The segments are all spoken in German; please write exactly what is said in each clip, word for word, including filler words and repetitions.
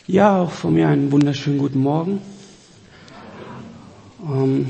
Ja, auch von mir einen wunderschönen guten Morgen. Ähm,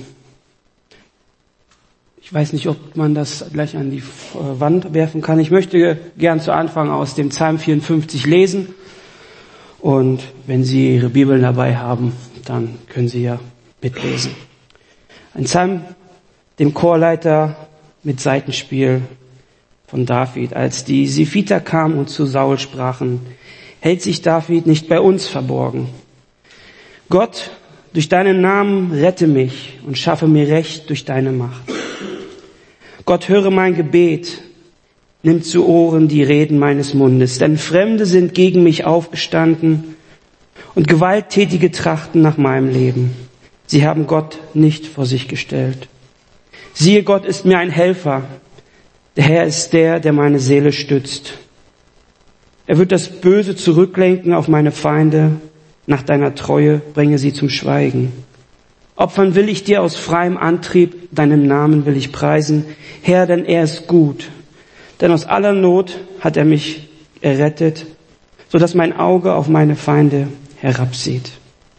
ich weiß nicht, ob man das gleich an die äh, Wand werfen kann. Ich möchte gern zu Anfang aus dem Psalm vierundfünfzig lesen. Und wenn Sie Ihre Bibeln dabei haben, dann können Sie ja mitlesen. Ein Psalm, dem Chorleiter mit Saitenspiel von David. Als die Siphiter kamen und zu Saul sprachen: Hält sich David nicht bei uns verborgen? Gott, durch deinen Namen rette mich und schaffe mir Recht durch deine Macht. Gott, höre mein Gebet, nimm zu Ohren die Reden meines Mundes, denn Fremde sind gegen mich aufgestanden und Gewalttätige trachten nach meinem Leben. Sie haben Gott nicht vor sich gestellt. Siehe, Gott ist mir ein Helfer. Der Herr ist der, der meine Seele stützt. Er wird das Böse zurücklenken auf meine Feinde. Nach deiner Treue bringe sie zum Schweigen. Opfern will ich dir aus freiem Antrieb, deinem Namen will ich preisen. Herr, denn er ist gut. Denn aus aller Not hat er mich errettet, so dass mein Auge auf meine Feinde herabsieht.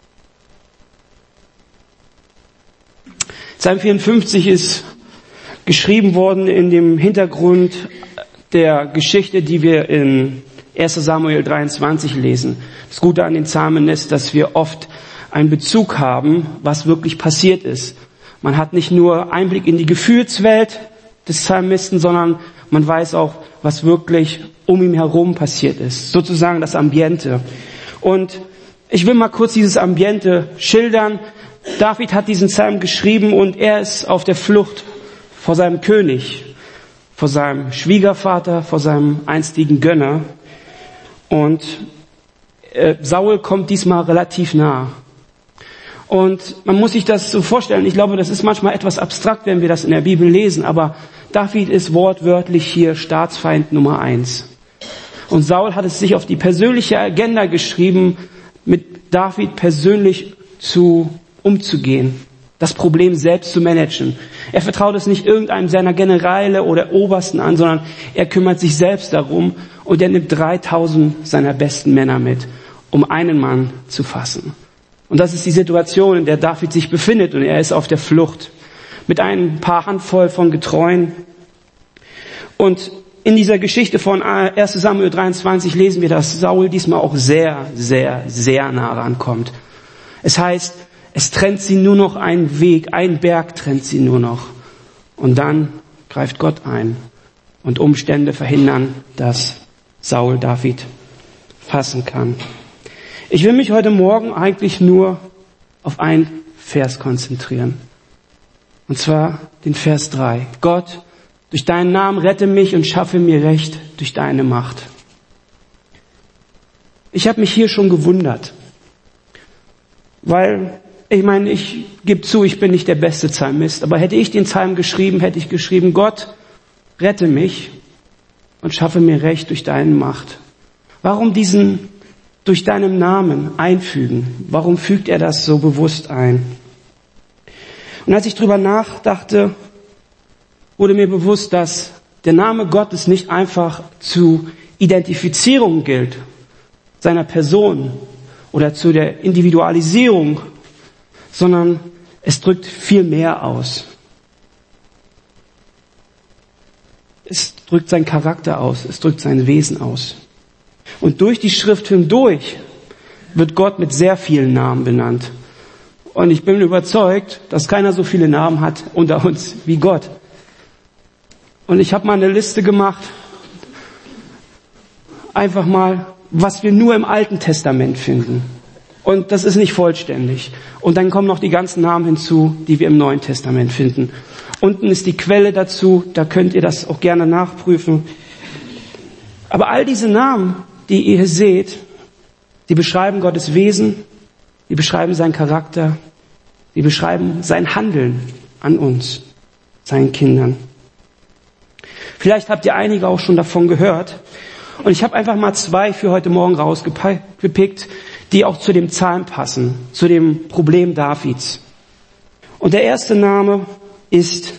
Psalm vierundfünfzig ist geschrieben worden in dem Hintergrund der Geschichte, die wir in erster Samuel dreiundzwanzig lesen. Das Gute an den Psalmen ist, dass wir oft einen Bezug haben, was wirklich passiert ist. Man hat nicht nur Einblick in die Gefühlswelt des Psalmisten, sondern man weiß auch, was wirklich um ihn herum passiert ist. Sozusagen das Ambiente. Und ich will mal kurz dieses Ambiente schildern. David hat diesen Psalm geschrieben und er ist auf der Flucht vor seinem König, vor seinem Schwiegervater, vor seinem einstigen Gönner. Und äh, Saul kommt diesmal relativ nah. Und man muss sich das so vorstellen, ich glaube, das ist manchmal etwas abstrakt, wenn wir das in der Bibel lesen, aber David ist wortwörtlich hier Staatsfeind Nummer eins. Und Saul hat es sich auf die persönliche Agenda geschrieben, mit David persönlich zu umzugehen, das Problem selbst zu managen. Er vertraut es nicht irgendeinem seiner Generäle oder Obersten an, sondern er kümmert sich selbst darum und er nimmt dreitausend seiner besten Männer mit, um einen Mann zu fassen. Und das ist die Situation, in der David sich befindet und er ist auf der Flucht mit ein paar Handvoll von Getreuen. Und in dieser Geschichte von erster Samuel dreiundzwanzig lesen wir, dass Saul diesmal auch sehr, sehr, sehr nah rankommt. Es heißt, es trennt sie nur noch ein Weg, ein Berg trennt sie nur noch. Und dann greift Gott ein und Umstände verhindern, dass Saul David fassen kann. Ich will mich heute Morgen eigentlich nur auf einen Vers konzentrieren. Und zwar den Vers drei. Gott, durch deinen Namen rette mich und schaffe mir Recht durch deine Macht. Ich habe mich hier schon gewundert, weil ich meine, ich gebe zu, ich bin nicht der beste Psalmist, aber hätte ich den Psalm geschrieben, hätte ich geschrieben, Gott, rette mich und schaffe mir Recht durch deine Macht. Warum diesen durch deinen Namen einfügen? Warum fügt er das so bewusst ein? Und als ich drüber nachdachte, wurde mir bewusst, dass der Name Gottes nicht einfach zur Identifizierung gilt, seiner Person oder zu der Individualisierung, sondern es drückt viel mehr aus. Es drückt seinen Charakter aus, es drückt sein Wesen aus. Und durch die Schrift hindurch wird Gott mit sehr vielen Namen benannt. Und ich bin überzeugt, dass keiner so viele Namen hat unter uns wie Gott. Und ich habe mal eine Liste gemacht, einfach mal, was wir nur im Alten Testament finden. Und das ist nicht vollständig. Und dann kommen noch die ganzen Namen hinzu, die wir im Neuen Testament finden. Unten ist die Quelle dazu, da könnt ihr das auch gerne nachprüfen. Aber all diese Namen, die ihr hier seht, die beschreiben Gottes Wesen, die beschreiben seinen Charakter, die beschreiben sein Handeln an uns, seinen Kindern. Vielleicht habt ihr einige auch schon davon gehört. Und ich habe einfach mal zwei für heute Morgen rausgepickt, die auch zu dem Psalm passen, zu dem Problem Davids. Und der erste Name ist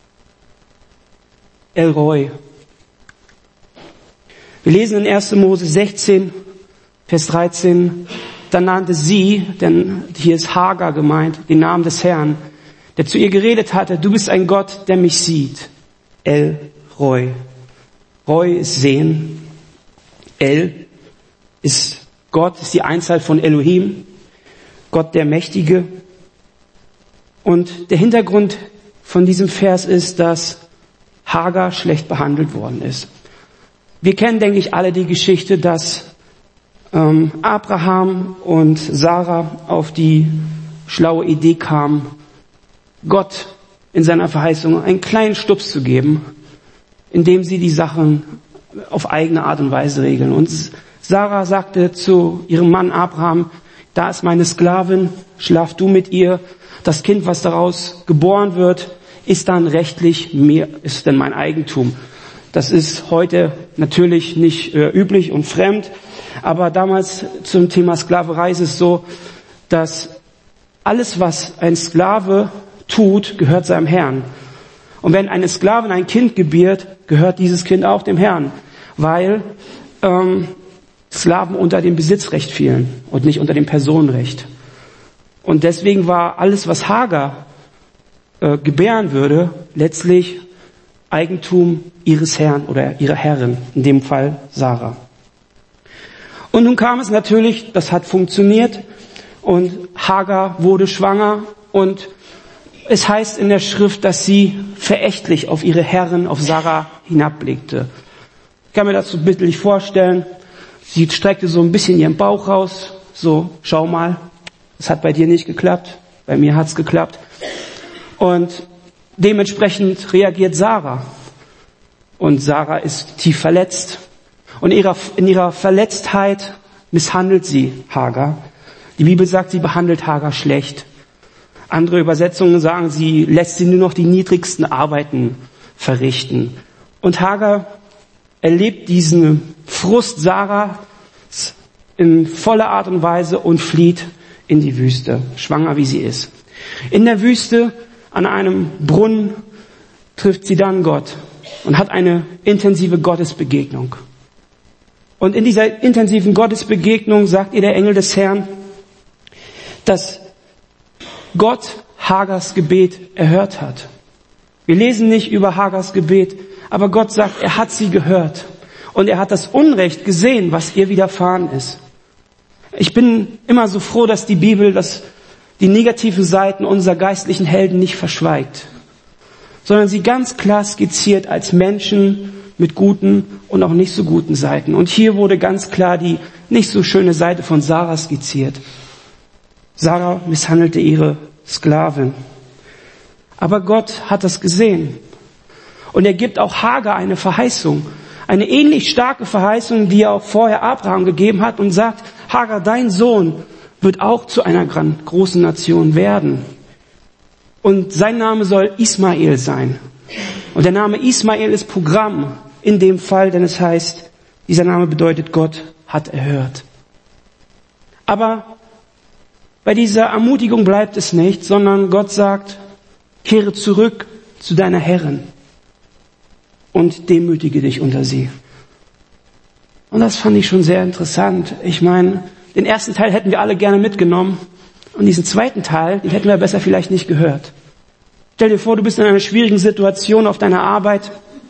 El Roi. Wir lesen in erster Mose sechzehn, Vers dreizehn. dann nannte sie, denn hier ist Hagar gemeint, den Namen des Herrn, der zu ihr geredet hatte, du bist ein Gott, der mich sieht. El Roi. Roi ist sehen. El ist Gott, ist die Einzahl von Elohim, Gott der Mächtige. Und der Hintergrund von diesem Vers ist, dass Hagar schlecht behandelt worden ist. Wir kennen, denke ich, alle die Geschichte, dass ähm, Abraham und Sarah auf die schlaue Idee kamen, Gott in seiner Verheißung einen kleinen Stups zu geben, indem sie die Sachen auf eigene Art und Weise regeln. Und Sarah sagte zu ihrem Mann Abraham, da ist meine Sklavin, schlaf du mit ihr. Das Kind, was daraus geboren wird, ist dann rechtlich mir, ist dann mein Eigentum. Das ist heute natürlich nicht äh, üblich und fremd, aber damals zum Thema Sklaverei ist es so, dass alles, was ein Sklave tut, gehört seinem Herrn. Und wenn eine Sklavin ein Kind gebiert, gehört dieses Kind auch dem Herrn, weil ähm, Sklaven unter dem Besitzrecht fielen und nicht unter dem Personenrecht. Und deswegen war alles, was Hagar äh, gebären würde, letztlich Eigentum ihres Herrn oder ihrer Herrin, in dem Fall Sarah. Und nun kam es natürlich, das hat funktioniert, und Hagar wurde schwanger, und es heißt in der Schrift, dass sie verächtlich auf ihre Herrin, auf Sarah hinabblickte. Ich kann mir das so bildlich vorstellen. Sie streckte so ein bisschen ihren Bauch raus, so, schau mal, es hat bei dir nicht geklappt, bei mir hat's geklappt. Und dementsprechend reagiert Sarah. Und Sarah ist tief verletzt. Und in ihrer, in ihrer Verletztheit misshandelt sie Hagar. Die Bibel sagt, sie behandelt Hagar schlecht. Andere Übersetzungen sagen, sie lässt sie nur noch die niedrigsten Arbeiten verrichten. Und Hagar erlebt diesen Frust Sarahs in voller Art und Weise und flieht in die Wüste, schwanger wie sie ist. In der Wüste, an einem Brunnen, trifft sie dann Gott und hat eine intensive Gottesbegegnung. Und in dieser intensiven Gottesbegegnung sagt ihr der Engel des Herrn, dass Gott Hagars Gebet erhört hat. Wir lesen nicht über Hagars Gebet, aber Gott sagt, er hat sie gehört. Und er hat das Unrecht gesehen, was ihr widerfahren ist. Ich bin immer so froh, dass die Bibel das, die negativen Seiten unserer geistlichen Helden nicht verschweigt, sondern sie ganz klar skizziert als Menschen mit guten und auch nicht so guten Seiten. Und hier wurde ganz klar die nicht so schöne Seite von Sarah skizziert. Sarah misshandelte ihre Sklavin. Aber Gott hat das gesehen. Und er gibt auch Hagar eine Verheißung. Eine ähnlich starke Verheißung, die er auch vorher Abraham gegeben hat, und sagt, Hagar, dein Sohn wird auch zu einer großen Nation werden. Und sein Name soll Ismael sein. Und der Name Ismael ist Programm in dem Fall, denn es heißt, dieser Name bedeutet, Gott hat erhört. Aber bei dieser Ermutigung bleibt es nicht, sondern Gott sagt, kehre zurück zu deiner Herrin und demütige dich unter sie. Und das fand ich schon sehr interessant. Ich meine, den ersten Teil hätten wir alle gerne mitgenommen und diesen zweiten Teil, den hätten wir besser vielleicht nicht gehört. Stell dir vor, du bist in einer schwierigen Situation auf deiner Arbeit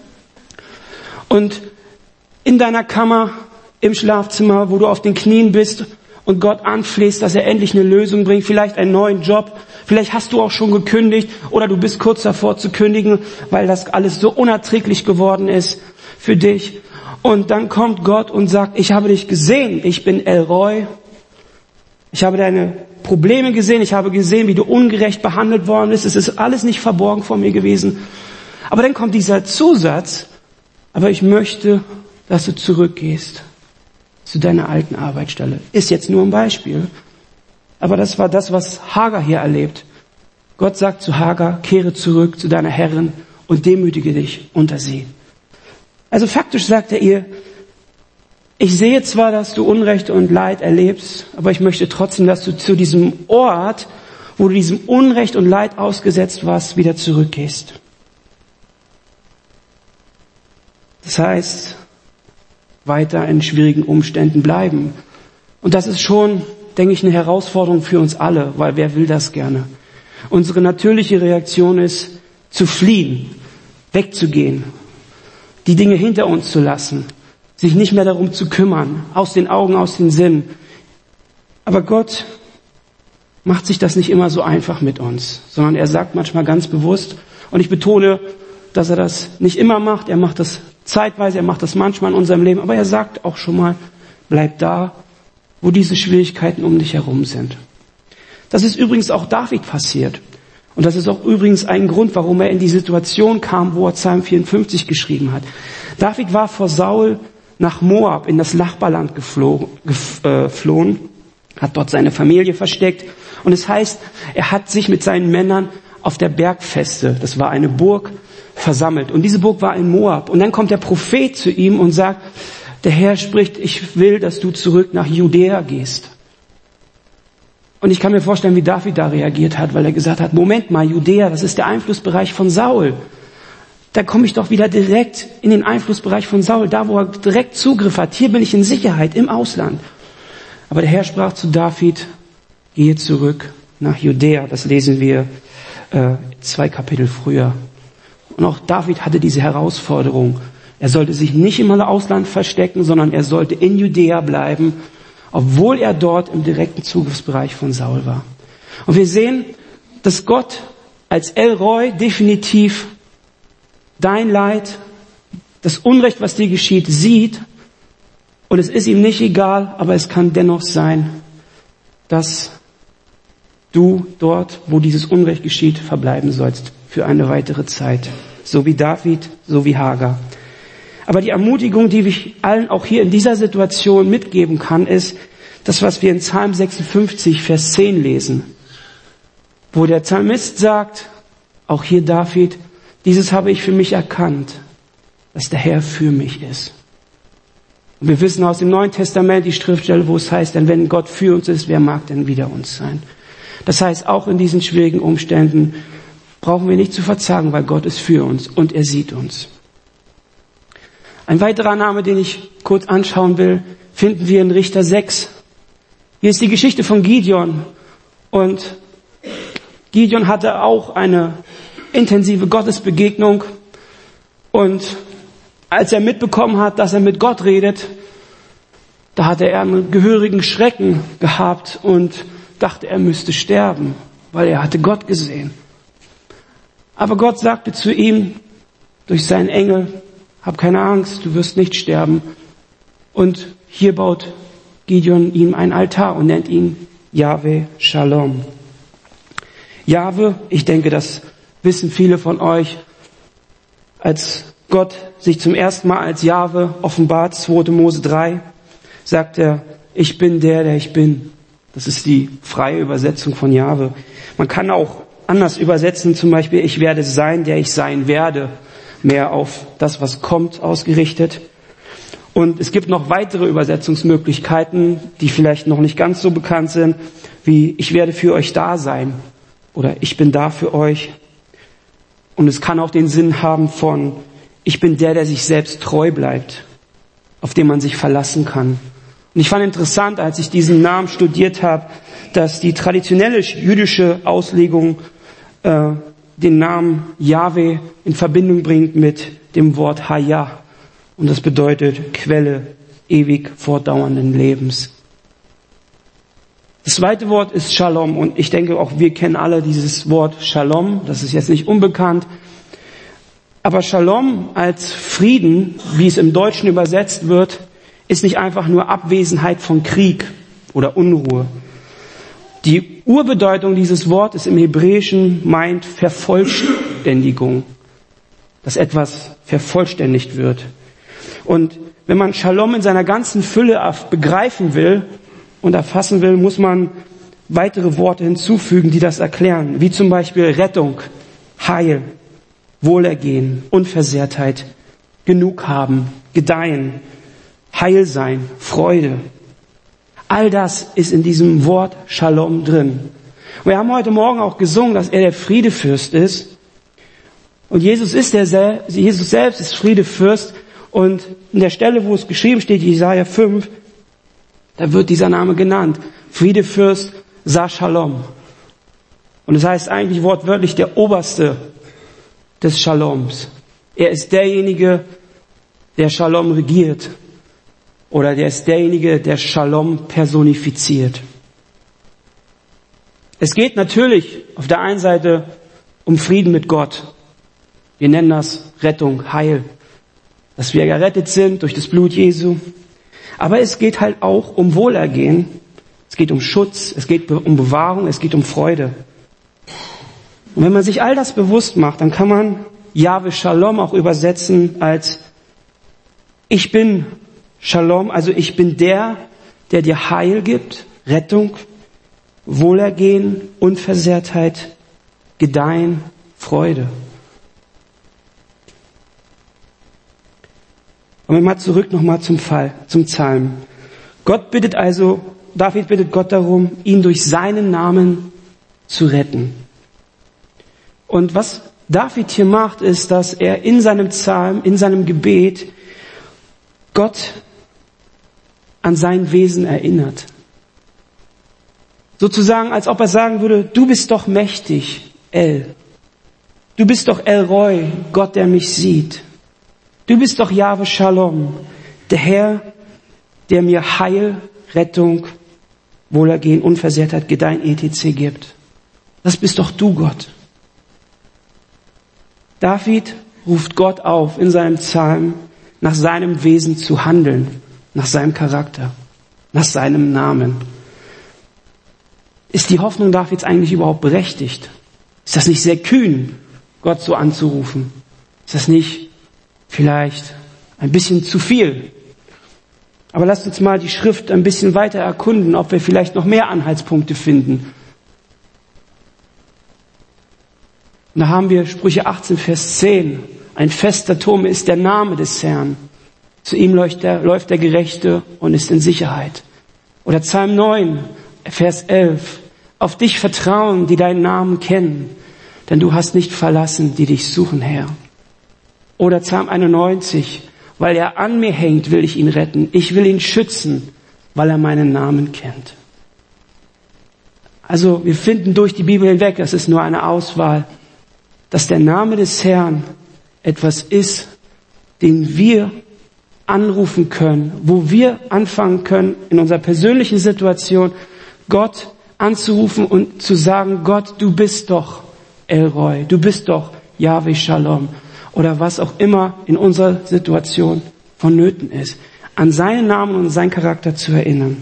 und in deiner Kammer, im Schlafzimmer, wo du auf den Knien bist und Gott anflehst, dass er endlich eine Lösung bringt, vielleicht einen neuen Job, vielleicht hast du auch schon gekündigt oder du bist kurz davor zu kündigen, weil das alles so unerträglich geworden ist für dich. Und dann kommt Gott und sagt, ich habe dich gesehen, ich bin El Roi, ich habe deine Probleme gesehen, ich habe gesehen, wie du ungerecht behandelt worden bist, es ist alles nicht verborgen vor mir gewesen. Aber dann kommt dieser Zusatz, aber ich möchte, dass du zurückgehst zu deiner alten Arbeitsstelle. Ist jetzt nur ein Beispiel. Aber das war das, was Hagar hier erlebt. Gott sagt zu Hagar, kehre zurück zu deiner Herrin und demütige dich unter sie. Also faktisch sagt er ihr, ich sehe zwar, dass du Unrecht und Leid erlebst, aber ich möchte trotzdem, dass du zu diesem Ort, wo du diesem Unrecht und Leid ausgesetzt warst, wieder zurückgehst. Das heißt, weiter in schwierigen Umständen bleiben. Und das ist schon denke ich, eine Herausforderung für uns alle, weil wer will das gerne? Unsere natürliche Reaktion ist, zu fliehen, wegzugehen, die Dinge hinter uns zu lassen, sich nicht mehr darum zu kümmern, aus den Augen, aus den Sinn. Aber Gott macht sich das nicht immer so einfach mit uns, sondern er sagt manchmal ganz bewusst, und ich betone, dass er das nicht immer macht, er macht das zeitweise, er macht das manchmal in unserem Leben, aber er sagt auch schon mal, bleib da, wo diese Schwierigkeiten um dich herum sind. Das ist übrigens auch David passiert. Und das ist auch übrigens ein Grund, warum er in die Situation kam, wo er Psalm vierundfünfzig geschrieben hat. David war vor Saul nach Moab in das Nachbarland geflohen, geflohen, hat dort seine Familie versteckt. Und es heißt, er hat sich mit seinen Männern auf der Bergfeste, das war eine Burg, versammelt. Und diese Burg war in Moab. Und dann kommt der Prophet zu ihm und sagt, der Herr spricht, ich will, dass du zurück nach Judäa gehst. Und ich kann mir vorstellen, wie David da reagiert hat, weil er gesagt hat, Moment mal, Judäa, das ist der Einflussbereich von Saul. Da komme ich doch wieder direkt in den Einflussbereich von Saul, da wo er direkt Zugriff hat. Hier bin ich in Sicherheit, im Ausland. Aber der Herr sprach zu David, gehe zurück nach Judäa. Das lesen wir äh, zwei Kapitel früher. Und auch David hatte diese Herausforderung. Er sollte sich nicht im Ausland verstecken, sondern er sollte in Judäa bleiben, obwohl er dort im direkten Zugriffsbereich von Saul war. Und wir sehen, dass Gott als El Roi definitiv dein Leid, das Unrecht, was dir geschieht, sieht. Und es ist ihm nicht egal, aber es kann dennoch sein, dass du dort, wo dieses Unrecht geschieht, verbleiben sollst für eine weitere Zeit. So wie David, so wie Hagar. Aber die Ermutigung, die ich allen auch hier in dieser Situation mitgeben kann, ist das, was wir in Psalm sechsundfünfzig, Vers zehn lesen. Wo der Psalmist sagt, auch hier David, dieses habe ich für mich erkannt, dass der Herr für mich ist. Und wir wissen aus dem Neuen Testament die Schriftstelle, wo es heißt, denn wenn Gott für uns ist, wer mag denn wider uns sein? Das heißt, auch in diesen schwierigen Umständen brauchen wir nicht zu verzagen, weil Gott ist für uns und er sieht uns. Ein weiterer Name, den ich kurz anschauen will, finden wir in Richter sechs. Hier ist die Geschichte von Gideon. Und Gideon hatte auch eine intensive Gottesbegegnung. Und als er mitbekommen hat, dass er mit Gott redet, da hatte er einen gehörigen Schrecken gehabt und dachte, er müsste sterben, weil er hatte Gott gesehen. Aber Gott sagte zu ihm durch seinen Engel, hab keine Angst, du wirst nicht sterben. Und hier baut Gideon ihm einen Altar und nennt ihn Jahwe Shalom. Jahwe, ich denke, das wissen viele von euch, als Gott sich zum ersten Mal als Jahwe offenbart, zweiter Mose drei, sagt er, ich bin der, der ich bin. Das ist die freie Übersetzung von Jahwe. Man kann auch anders übersetzen, zum Beispiel, ich werde sein, der ich sein werde. Mehr auf das, was kommt, ausgerichtet. Und es gibt noch weitere Übersetzungsmöglichkeiten, die vielleicht noch nicht ganz so bekannt sind, wie ich werde für euch da sein oder ich bin da für euch. Und es kann auch den Sinn haben von ich bin der, der sich selbst treu bleibt, auf den man sich verlassen kann. Und ich fand interessant, als ich diesen Namen studiert habe, dass die traditionelle jüdische Auslegung äh, den Namen Jahwe in Verbindung bringt mit dem Wort Haya. Und das bedeutet Quelle ewig fortdauernden Lebens. Das zweite Wort ist Shalom. Und ich denke, auch wir kennen alle dieses Wort Shalom. Das ist jetzt nicht unbekannt. Aber Shalom als Frieden, wie es im Deutschen übersetzt wird, ist nicht einfach nur Abwesenheit von Krieg oder Unruhe. Die Urbedeutung dieses Wortes im Hebräischen meint Vervollständigung, dass etwas vervollständigt wird. Und wenn man Shalom in seiner ganzen Fülle begreifen will und erfassen will, muss man weitere Worte hinzufügen, die das erklären, wie zum Beispiel Rettung, Heil, Wohlergehen, Unversehrtheit, genug haben, gedeihen, Heil sein, Freude. All das ist in diesem Wort Shalom drin. Und wir haben heute Morgen auch gesungen, dass er der Friedefürst ist. Und Jesus ist der, Jesus selbst ist Friedefürst. Und in der Stelle, wo es geschrieben steht, Jesaja fünf, da wird dieser Name genannt. Friedefürst Sar Shalom. Und es heißt eigentlich wortwörtlich der Oberste des Shaloms. Er ist derjenige, der Shalom regiert. Oder der ist derjenige, der Shalom personifiziert. Es geht natürlich auf der einen Seite um Frieden mit Gott. Wir nennen das Rettung, Heil. Dass wir gerettet sind durch das Blut Jesu. Aber es geht halt auch um Wohlergehen. Es geht um Schutz, es geht um Bewahrung, es geht um Freude. Und wenn man sich all das bewusst macht, dann kann man Jahwe Shalom auch übersetzen als ich bin Shalom, also ich bin der, der dir Heil gibt, Rettung, Wohlergehen, Unversehrtheit, Gedeihen, Freude. Und wir mal zurück nochmal zum Fall, zum Psalm. Gott bittet also, David bittet Gott darum, ihn durch seinen Namen zu retten. Und was David hier macht, ist, dass er in seinem Psalm, in seinem Gebet Gott an sein Wesen erinnert. Sozusagen, als ob er sagen würde, du bist doch mächtig, El. Du bist doch El Roi, Gott, der mich sieht. Du bist doch Jahwe Shalom, der Herr, der mir Heil, Rettung, Wohlergehen, Unversehrtheit, Gedeihen, et cetera gibt. Das bist doch du, Gott. David ruft Gott auf, in seinem Psalm nach seinem Wesen zu handeln, nach seinem Charakter, nach seinem Namen. Ist die Hoffnung Davids eigentlich überhaupt berechtigt? Ist das nicht sehr kühn, Gott so anzurufen? Ist das nicht vielleicht ein bisschen zu viel? Aber lasst uns mal die Schrift ein bisschen weiter erkunden, ob wir vielleicht noch mehr Anhaltspunkte finden. Und da haben wir Sprüche achtzehn, Vers zehn. Ein fester Turm ist der Name des Herrn. Zu ihm läuft der, läuft der Gerechte und ist in Sicherheit. Oder Psalm neun, Vers elf. Auf dich vertrauen, die deinen Namen kennen, denn du hast nicht verlassen, die dich suchen, Herr. Oder Psalm einundneunzig. Weil er an mir hängt, will ich ihn retten. Ich will ihn schützen, weil er meinen Namen kennt. Also wir finden durch die Bibel hinweg, das ist nur eine Auswahl, dass der Name des Herrn etwas ist, den wir anrufen können, wo wir anfangen können, in unserer persönlichen Situation Gott anzurufen und zu sagen, Gott, du bist doch El Roi, du bist doch Jahwe Shalom. Oder was auch immer in unserer Situation vonnöten ist, an seinen Namen und seinen Charakter zu erinnern.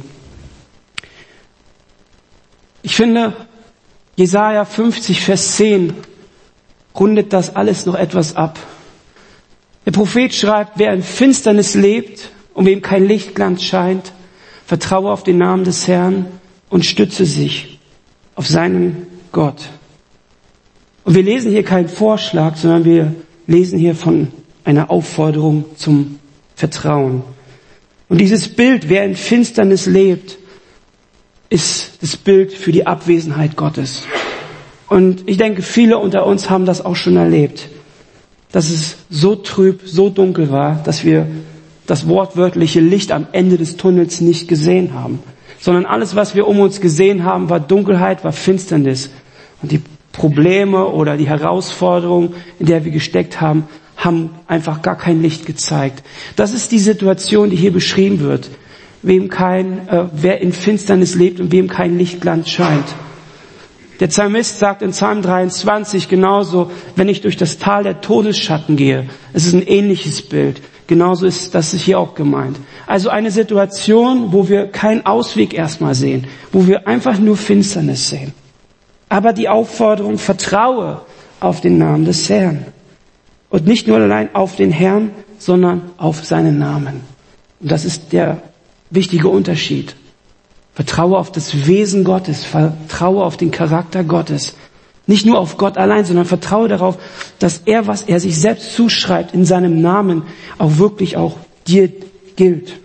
Ich finde, Jesaja fünfzig, Vers zehn rundet das alles noch etwas ab. Der Prophet schreibt, wer in Finsternis lebt und wem kein Lichtglanz scheint, vertraue auf den Namen des Herrn und stütze sich auf seinen Gott. Und wir lesen hier keinen Vorschlag, sondern wir lesen hier von einer Aufforderung zum Vertrauen. Und dieses Bild, wer in Finsternis lebt, ist das Bild für die Abwesenheit Gottes. Und ich denke, viele unter uns haben das auch schon erlebt, dass es so trüb, so dunkel war, dass wir das wortwörtliche Licht am Ende des Tunnels nicht gesehen haben, sondern alles, was wir um uns gesehen haben, war Dunkelheit, war Finsternis. Und die Probleme oder die Herausforderungen, in der wir gesteckt haben, haben einfach gar kein Licht gezeigt. Das ist die Situation, die hier beschrieben wird. Wem kein, äh, wer in Finsternis lebt und wem kein Lichtglanz scheint. Der Psalmist sagt in Psalm dreiundzwanzig genauso, wenn ich durch das Tal der Todesschatten gehe. Es ist ein ähnliches Bild. Genauso ist das hier auch gemeint. Also eine Situation, wo wir keinen Ausweg erstmal sehen, wo wir einfach nur Finsternis sehen. Aber die Aufforderung, vertraue auf den Namen des Herrn. Und nicht nur allein auf den Herrn, sondern auf seinen Namen. Und das ist der wichtige Unterschied. Vertraue auf das Wesen Gottes, vertraue auf den Charakter Gottes. Nicht nur auf Gott allein, sondern vertraue darauf, dass er, was er sich selbst zuschreibt in seinem Namen, auch wirklich auch dir gilt.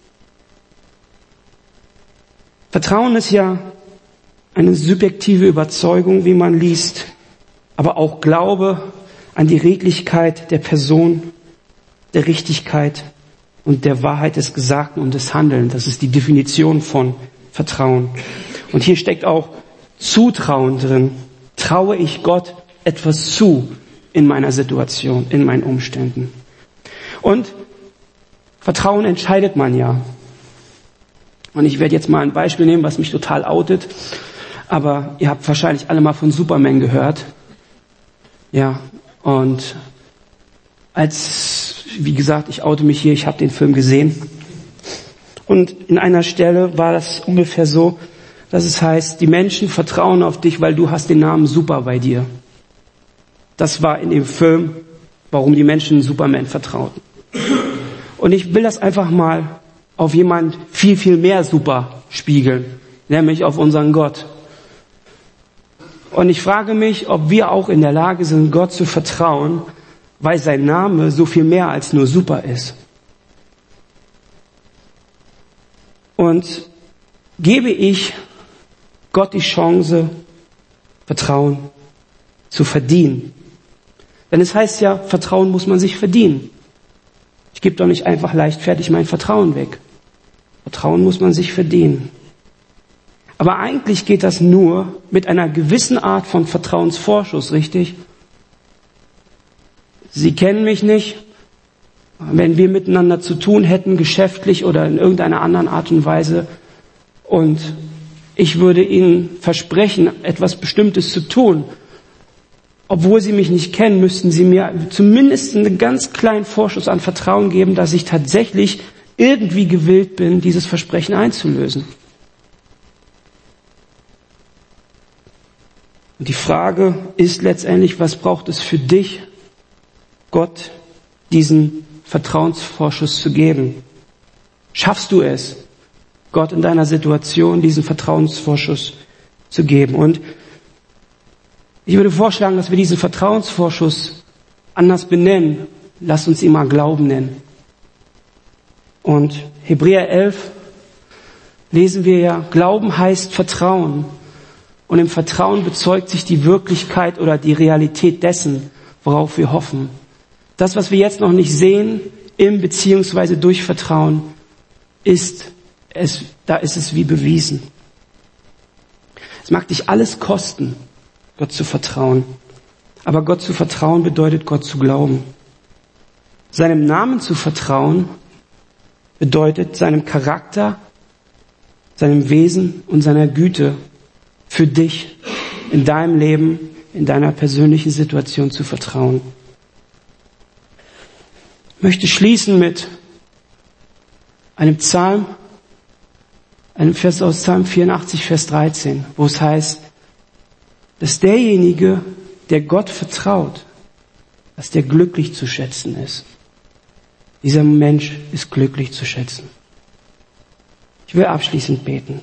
Vertrauen ist ja eine subjektive Überzeugung, wie man liest, aber auch Glaube an die Redlichkeit der Person, der Richtigkeit und der Wahrheit des Gesagten und des Handelns. Das ist die Definition von Vertrauen. Und hier steckt auch Zutrauen drin. Traue ich Gott etwas zu in meiner Situation, in meinen Umständen? Und Vertrauen entscheidet man ja. Und ich werde jetzt mal ein Beispiel nehmen, was mich total outet. Aber ihr habt wahrscheinlich alle mal von Superman gehört. Ja, und als, wie gesagt, ich oute mich hier, ich habe den Film gesehen. Und in einer Stelle war das ungefähr so, dass es heißt, die Menschen vertrauen auf dich, weil du hast den Namen Super bei dir. Das war in dem Film, warum die Menschen Superman vertrauten. Und ich will das einfach mal auf jemand viel, viel mehr super spiegeln, nämlich auf unseren Gott. Und ich frage mich, ob wir auch in der Lage sind, Gott zu vertrauen, weil sein Name so viel mehr als nur super ist. Und gebe ich Gott die Chance, Vertrauen zu verdienen. Denn es heißt ja, Vertrauen muss man sich verdienen. Ich gebe doch nicht einfach leichtfertig mein Vertrauen weg. Vertrauen muss man sich verdienen. Aber eigentlich geht das nur mit einer gewissen Art von Vertrauensvorschuss, richtig? Sie kennen mich nicht. Wenn wir miteinander zu tun hätten, geschäftlich oder in irgendeiner anderen Art und Weise, und ich würde Ihnen versprechen, etwas Bestimmtes zu tun, obwohl Sie mich nicht kennen, müssten Sie mir zumindest einen ganz kleinen Vorschuss an Vertrauen geben, dass ich tatsächlich irgendwie gewillt bin, dieses Versprechen einzulösen. Und die Frage ist letztendlich, was braucht es für dich, Gott diesen Vertrauensvorschuss zu geben? Schaffst du es, Gott in deiner Situation diesen Vertrauensvorschuss zu geben? Und ich würde vorschlagen, dass wir diesen Vertrauensvorschuss anders benennen. Lass uns ihn mal Glauben nennen. Und Hebräer elf lesen wir ja, Glauben heißt Vertrauen. Und im Vertrauen bezeugt sich die Wirklichkeit oder die Realität dessen, worauf wir hoffen. Das, was wir jetzt noch nicht sehen, im beziehungsweise durch Vertrauen, ist es, da ist es wie bewiesen. Es mag dich alles kosten, Gott zu vertrauen. Aber Gott zu vertrauen bedeutet, Gott zu glauben. Seinem Namen zu vertrauen bedeutet, seinem Charakter, seinem Wesen und seiner Güte für dich in deinem Leben, in deiner persönlichen Situation zu vertrauen. Ich möchte schließen mit einem Psalm, einem Vers aus Psalm vierundachtzig, Vers dreizehn, wo es heißt, dass derjenige, der Gott vertraut, dass der glücklich zu schätzen ist. Dieser Mensch ist glücklich zu schätzen. Ich will abschließend beten.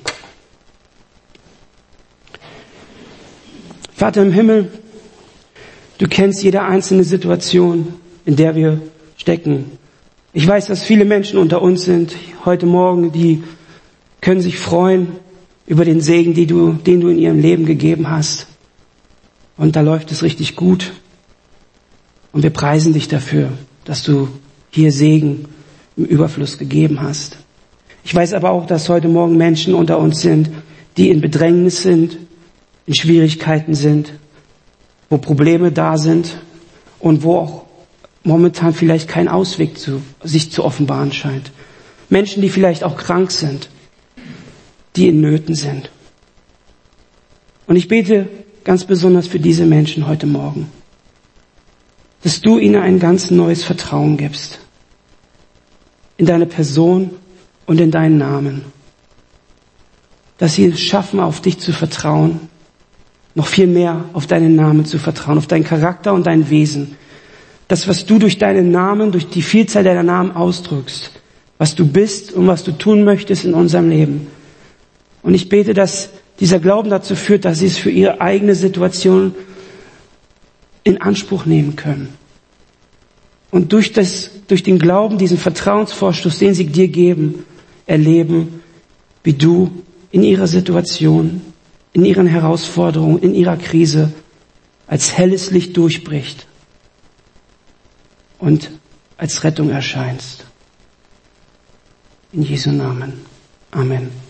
Vater im Himmel, du kennst jede einzelne Situation, in der wir stecken. Ich weiß, dass viele Menschen unter uns sind heute Morgen, die können sich freuen über den Segen, den du, den du in ihrem Leben gegeben hast. Und da läuft es richtig gut. Und wir preisen dich dafür, dass du hier Segen im Überfluss gegeben hast. Ich weiß aber auch, dass heute Morgen Menschen unter uns sind, die in Bedrängnis sind, in Schwierigkeiten sind, wo Probleme da sind und wo auch momentan vielleicht kein Ausweg zu, sich zu offenbaren scheint. Menschen, die vielleicht auch krank sind, die in Nöten sind. Und ich bete ganz besonders für diese Menschen heute Morgen, dass du ihnen ein ganz neues Vertrauen gibst in deine Person und in deinen Namen. Dass sie es schaffen, auf dich zu vertrauen, noch viel mehr auf deinen Namen zu vertrauen, auf deinen Charakter und dein Wesen. Das, was du durch deinen Namen, durch die Vielzahl deiner Namen ausdrückst, was du bist und was du tun möchtest in unserem Leben. Und ich bete, dass dieser Glauben dazu führt, dass sie es für ihre eigene Situation in Anspruch nehmen können. Und durch das, durch den Glauben, diesen Vertrauensvorschuss, den sie dir geben, erleben, wie du in ihrer Situation, in ihren Herausforderungen, in ihrer Krise als helles Licht durchbricht und als Rettung erscheinst. In Jesu Namen. Amen.